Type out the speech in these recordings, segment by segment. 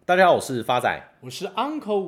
大家好，我是发仔， 我是 Uncle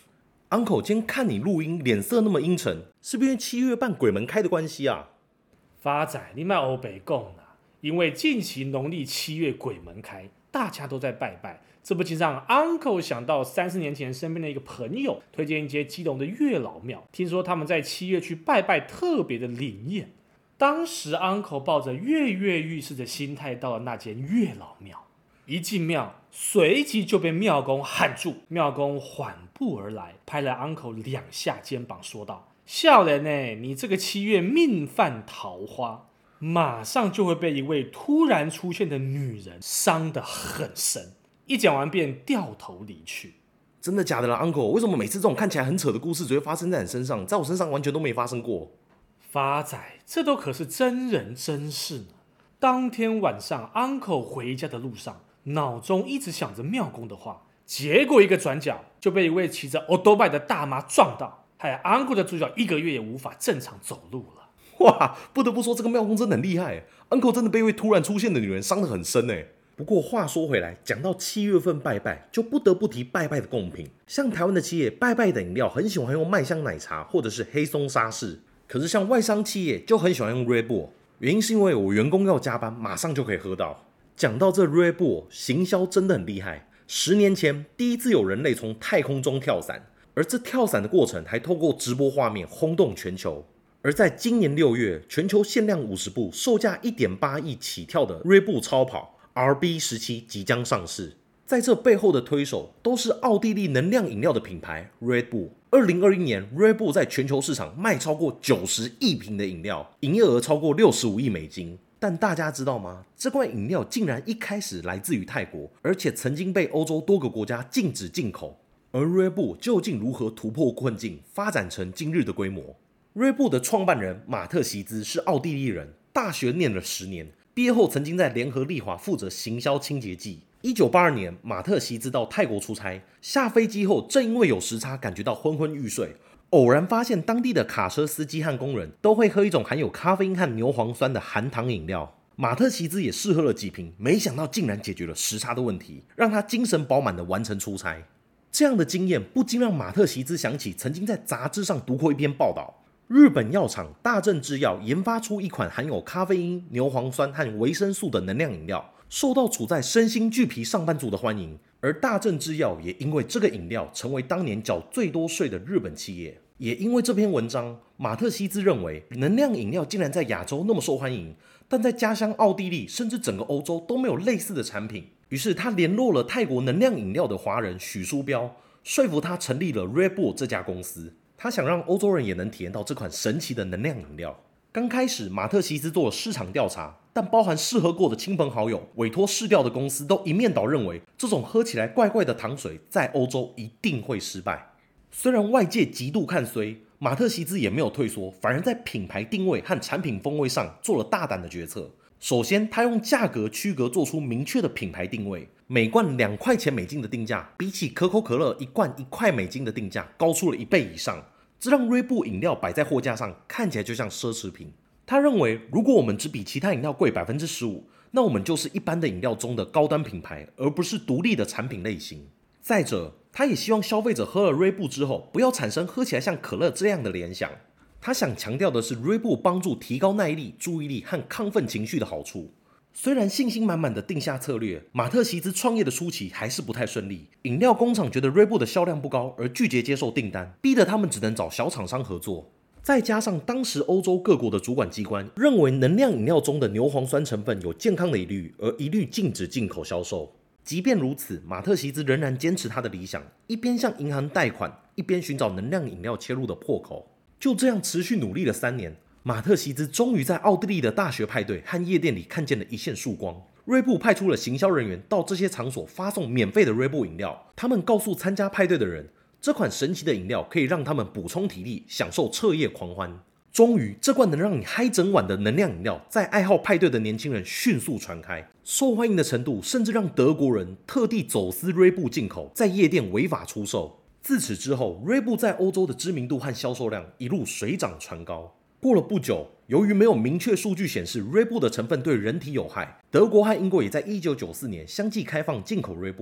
Wave。 Uncle， 今天看你录音，脸色那么阴沉，是不是因为7月半鬼门开的关系啊？ 发仔，你卖欧北贡啦！因为近期农历7月鬼门开，大家都在拜拜，这不禁让 Uncle 想到30年前身边的一个朋友推荐一间基隆的月老庙，听说他们在7月去拜拜特别的灵验。当时 Uncle 抱着跃跃欲试的心态到了那间月老庙。一进庙，随即就被庙公喊住。庙公缓步而来，拍了 Uncle 2下肩膀，说道：“少年呢，你这个7月命犯桃花，马上就会被一位突然出现的女人伤得很深。”一讲完便掉头离去。 真的假的啦 ，Uncle？ 为什么每次这种看起来很扯的故事只会发生在你身上，在我身上完全都没发生过？ 发仔，这都可是真人真事呢。当天晚上 ，Uncle 回家的路上，脑中一直想着庙公的话，结果一个转角就被一位骑着 Autobike 的大妈撞到，害 Uncle 的主角1个月也无法正常走路了。 哇，不得不说这个庙公真的很厉害 ，Uncle 真的被一位突然出现的女人伤得很深哎。不过话说回来，讲到7月份拜拜，就不得不提拜拜的贡品。像台湾的企业拜拜的饮料，很喜欢用麦香奶茶或者是黑松沙士，可是像外商企业就很喜欢用 Red Bull， 原因是因为我员工要加班，马上就可以喝到。讲到这 Red Bull 行销真的很厉害，10年前第一次有人类从太空中跳伞，而这跳伞的过程还透过直播画面轰动全球。而在今年6月，全球限量50部，售价1.8亿起跳的 Red Bull 超跑 RB17 即将上市。在这背后的推手都是奥地利能量饮料的品牌 Red Bull。2021年 Red Bull 在全球市场卖超过90亿瓶的饮料，营业额超过65亿美金。但大家知道吗？这罐饮料竟然一开始来自于泰国，而且曾经被欧洲多个国家禁止进口。而 Red Bull 究竟如何突破困境，发展成今日的规模？Red Bull 的创办人马特席兹是奥地利人，大学念了10年，毕业后曾经在联合利华负责行销清洁剂。1982年，马特席兹到泰国出差，下飞机后正因为有时差，感觉到昏昏欲睡。偶然发现当地的卡车司机和工人都会喝一种含有咖啡因和牛磺酸的含糖饮料，马特席兹也试喝了几瓶，没想到竟然解决了时差的问题，让他精神饱满地完成出差。这样的经验不禁让马特席兹想起曾经在杂志上读过一篇报道，日本药厂大正制药研发出一款含有咖啡因、牛磺酸和维生素的能量饮料，受到处在身心俱疲上班族的欢迎。而大正制药也因为这个饮料成为当年缴最多税的日本企业。也因为这篇文章，马特西兹认为能量饮料竟然在亚洲那么受欢迎，但在家乡奥地利甚至整个欧洲都没有类似的产品。于是他联络了泰国能量饮料的华人许书标，说服他成立了 Red Bull 这家公司。他想让欧洲人也能体验到这款神奇的能量饮料。刚开始马特西兹做了市场调查，但包含试喝过的亲朋好友、委托试调的公司都一面倒认为这种喝起来怪怪的糖水在欧洲一定会失败。虽然外界极度看衰，马特席兹也没有退缩，反而在品牌定位和产品风味上做了大胆的决策。首先，他用价格区隔做出明确的品牌定位，每罐2块钱美金的定价，比起可口可乐1罐1块美金的定价高出了1倍以上。这让Red Bull饮料摆在货架上看起来就像奢侈品。他认为，如果我们只比其他饮料贵 15%， 那我们就是一般的饮料中的高端品牌，而不是独立的产品类型。再者，他也希望消费者喝了 Red Bull 之后，不要产生喝起来像可乐这样的联想。他想强调的是 Red Bull 帮助提高耐力、注意力和亢奋情绪的好处。虽然信心满满的定下策略，马特席兹创业的初期还是不太顺利。饮料工厂觉得 Red Bull 的销量不高，而拒绝接受订单，逼得他们只能找小厂商合作。再加上当时欧洲各国的主管机关认为能量饮料中的牛磺酸成分有健康的疑虑，而一律禁止进口销售。即便如此，马特席兹仍然坚持他的理想，一边向银行贷款，一边寻找能量饮料切入的破口。就这样持续努力了3年，马特席兹终于在奥地利的大学派对和夜店里看见了一线曙光。Red Bull派出了行销人员到这些场所发送免费的 Red Bull 饮料，他们告诉参加派对的人，这款神奇的饮料可以让他们补充体力，享受彻夜狂欢。终于，这罐能让你嗨整晚的能量饮料在爱好派对的年轻人迅速传开，受欢迎的程度甚至让德国人特地走私 Red Bull 进口，在夜店违法出售。自此之后 Red Bull 在欧洲的知名度和销售量一路水涨船高。过了不久，由于没有明确数据显示 Red Bull 的成分对人体有害，德国和英国也在1994年相继开放进口 Red Bull，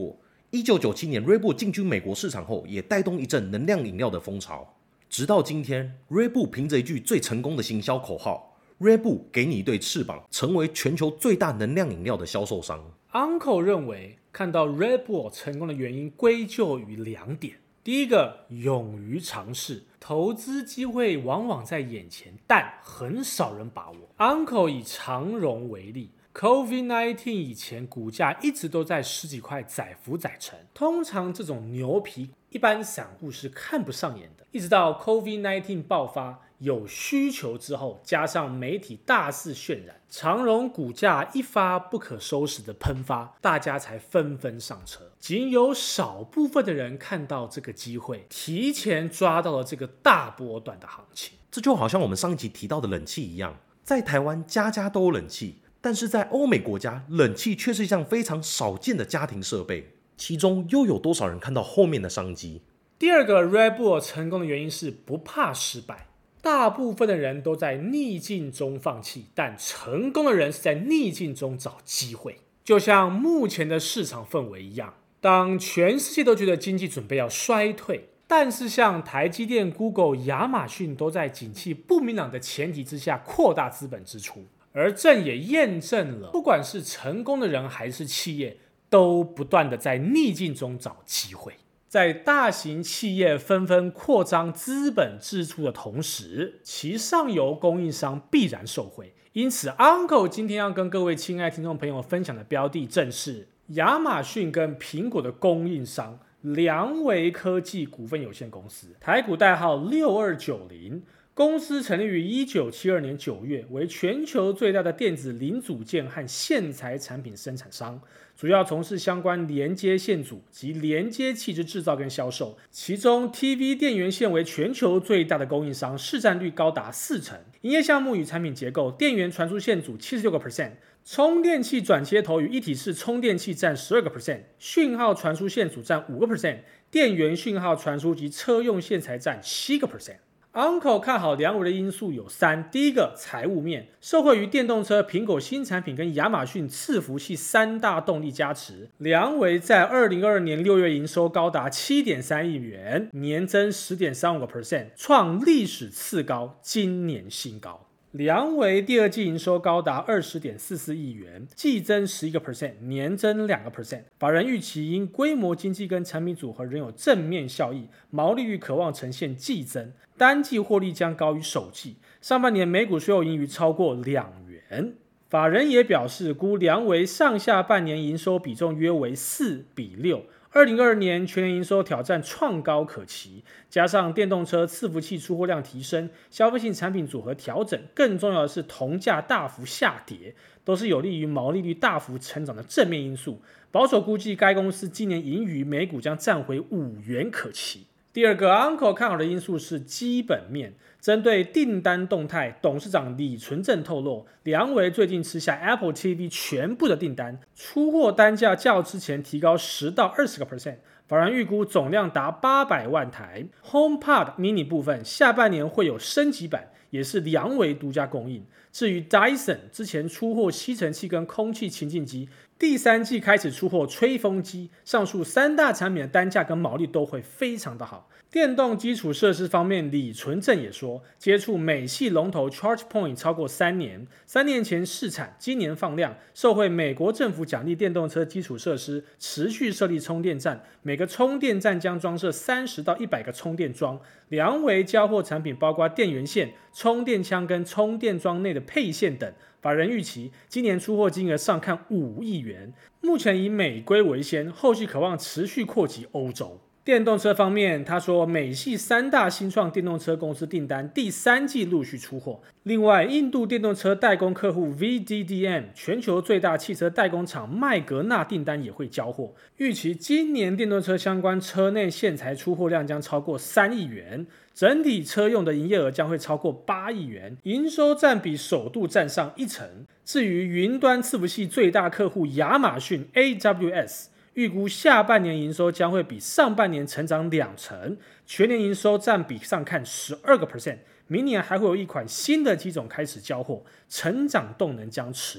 1997年 Red Bull 进军美国市场后，也带动一阵能量饮料的风潮。直到今天 ，Red Bull 凭着一句最成功的行销口号 ，Red Bull 给你一对翅膀，成为全球最大能量饮料的销售商。 Uncle 认为，看到 Red Bull 成功的原因归咎于2点。第一个，勇于尝试，投资机会往往在眼前，但很少人把握。Uncle 以长荣为例。COVID-19 以前股价一直都在10几块载浮载沉，通常这种牛皮一般散户是看不上眼的。一直到 COVID-19 爆发有需求之后，加上媒体大肆渲染，长荣股价一发不可收拾的喷发，大家才纷纷上车。仅有少部分的人看到这个机会，提前抓到了这个大波段的行情。 这就好像我们上一集提到的冷气一样，在台湾家家都有冷气，但是在欧美国家，冷气却是一项非常少见的家庭设备，其中又有多少人看到后面的商机？ 第二个 Red Bull 成功的原因是不怕失败。大部分的人都在逆境中放弃，但成功的人是在逆境中找机会。就像目前的市场氛围一样，当全世界都觉得经济准备要衰退，但是像台积电、Google、亚马逊都在景气不明朗的前提之下扩大资本支出。而正也验证了，不管是成功的人还是企业，都不断的在逆境中找机会。在大型企业纷纷扩张资本支出的同时，其上游供应商必然受惠。因此 Uncle 今天要跟各位亲爱听众朋友分享的标的正是亚马逊跟苹果的供应商良维科技股份有限公司，台股代号6290。公司成立于1972年9月，为全球最大的电子零组件和线材产品生产商，主要从事相关连接线组及连接器之制造跟销售。其中 TV 电源线为全球最大的供应商，市占率高达40%。营业项目与产品结构：电源传输线组 76%， 充电器转接头与一体式充电器占 12%， 讯号传输线组占 5%， 电源讯号传输及车用线材占 7%。Uncle 看好良维的因素有3。第一个，财务面，受惠于电动车、苹果新产品跟亚马逊伺服器3大动力加持，良维在2022年6月营收高达 7.3 亿元，年增 10.35%， 创历史次高，今年新高。良维第二季营收高达 20.44 亿元，季增 11%， 年增 2%。法人预期因规模经济跟产品组合仍有正面效益，毛利率可望呈现季增，单季获利将高于首季。上半年每股税后盈余超过2元。法人也表示，估良维上下半年营收比重约为4:6。2022年全年营收挑战创高可期，加上电动车伺服器出货量提升，消费性产品组合调整，更重要的是铜价大幅下跌，都是有利于毛利率大幅成长的正面因素。保守估计该公司今年盈余每股将站回5元可期。第二个 Uncle 看好的因素是基本面。针对订单动态，董事长李纯正透露，良维最近吃下 Apple TV 全部的订单，出货单价较之前提高10到20%。法人预估总量达800万台。HomePod mini 部分下半年会有升级版，也是良维独家供应。至于 Dyson 之前出货吸尘器跟空气清净机，第3季开始出货吹风机，上述3大产品的单价跟毛利都会非常的好。电动基础设施方面，李纯正也说，接触美系龙头 ChargePoint 超过3年，3年前试产，今年放量，受惠美国政府奖励电动车基础设施，持续设立充电站，每个充电站将装设30到100个充电桩。良维交货产品包括电源线、充电枪跟充电桩内的配线等。法人预期今年出货金额上看5亿元，目前以美规为先，后续可望持续扩及欧洲。电动车方面，他说美系3大新创电动车公司订单第3季陆续出货。另外，印度电动车代工客户 VDDM 全球最大汽车代工厂麦格纳订单也会交货。预期今年电动车相关车内线材出货量将超过3亿元，整体车用的营业额将会超过8亿元，营收占比首度占上1成。至于云端伺服器最大客户亚马逊 AWS，预估下半年营收将会比上半年成长2成，全年营收占比上看12%。明年还会有一款新的机种开始交货，成长动能将持续。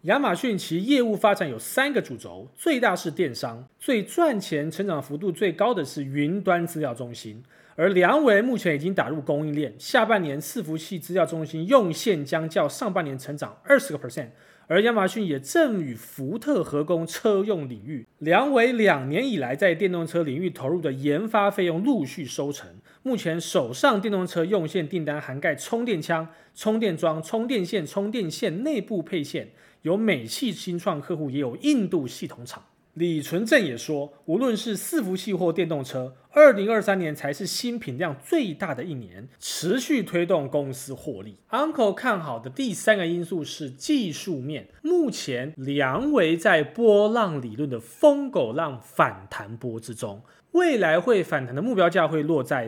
亚马逊其业务发展有3个主轴，最大是电商，最赚钱、成长幅度最高的是云端资料中心。而良微目前已经打入供应链，下半年伺服器资料中心用线将较上半年成长20%，而亚马逊也正与福特合攻车用领域。良微2年以来在电动车领域投入的研发费用陆续收成，目前手上电动车用线订单涵盖充电枪、充电桩、充电线、充电线内部配线，有美系新创客户，也有印度系统厂。李纯正也说，无论是伺服器或电动车，2023年才是新品量最大的一年，持续推动公司获利。Uncle 看好的第3个因素是技术面，目前良微在波浪理论的疯狗浪反弹波之中，未来会反弹的目标价会落在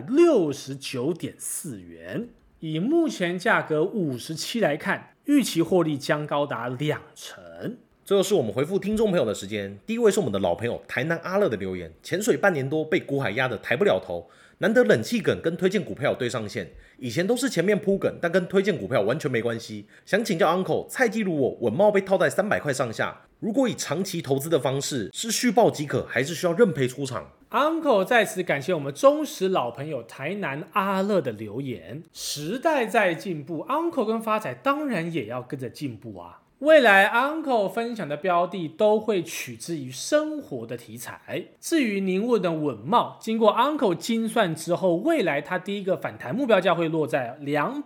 69.4元。以目前价格57来看，预期获利将高达2成。 最后是我们回复听众朋友的时间，第一位是我们的老朋友台南阿乐的留言，潜水半年多被股海压得抬不了头，难得冷气梗跟推荐股票对上线，以前都是前面铺梗，但跟推荐股票完全没关系。想请教 Uncle， 菜鸡如我稳茂被套在300块上下，如果以长期投资的方式，是续报即可，还是需要认赔出场？ Uncle 在此感谢我们忠实老朋友台南阿乐的留言。时代在进步， Uncle 跟发仔当然也要跟着进步啊。未来 Uncle 分享的标的都会取之于生活的题材。至于您问的稳茂，经过 Uncle 精算之后，未来它第一个反弹目标价会落在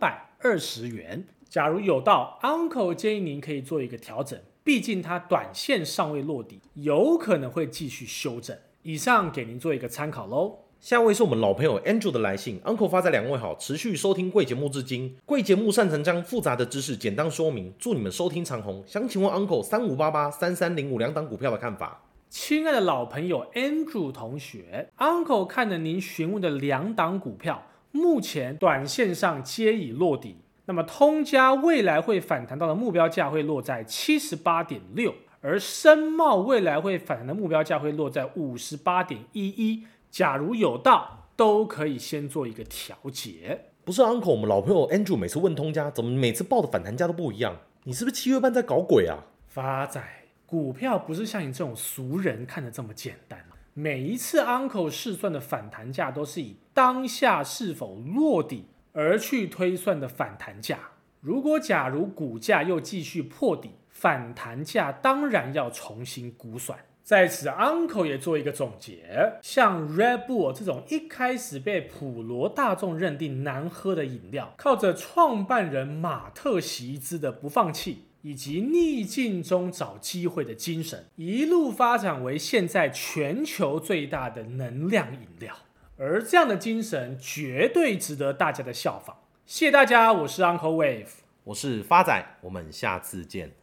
220元。假如有到 Uncle 建议您可以做一个调整，毕竟它短线尚未落底，有可能会继续修正。以上给您做一个参考咯。 下位是我们老朋友 Andrew 的来信 ，Uncle 发仔2位好，持续收听贵节目至今，贵节目擅长将复杂的知识简单说明，祝你们收听长红。想请问 Uncle 3588、3305两档股票的看法？ 亲爱的老朋友 Andrew 同学 ，Uncle 看了您询问的2档股票，目前短线上皆已落底，那么通家未来会反弹到的目标价会落在78.6，而深茂未来会反弹的目标价会落在58.11。假如有到，都可以先做一个调节。 不是 Uncle， 我们老朋友 Andrew 每次问通家，怎么每次报的反弹价都不一样？你是不是7月半在搞鬼啊？ 发仔，股票不是像你这种俗人看的这么简单。每一次 Uncle 试算的反弹价都是以当下是否落底而去推算的反弹价。假如股价又继续破底，反弹价当然要重新估算。在此 Uncle 也做一个总结，像 Red Bull 这种一开始被普罗大众认定难喝的饮料，靠着创办人马特席兹的不放弃以及逆境中找机会的精神，一路发展为现在全球最大的能量饮料。而这样的精神绝对值得大家的效仿。谢谢大家，我是 Uncle Wave， 我是发仔，我们下次见。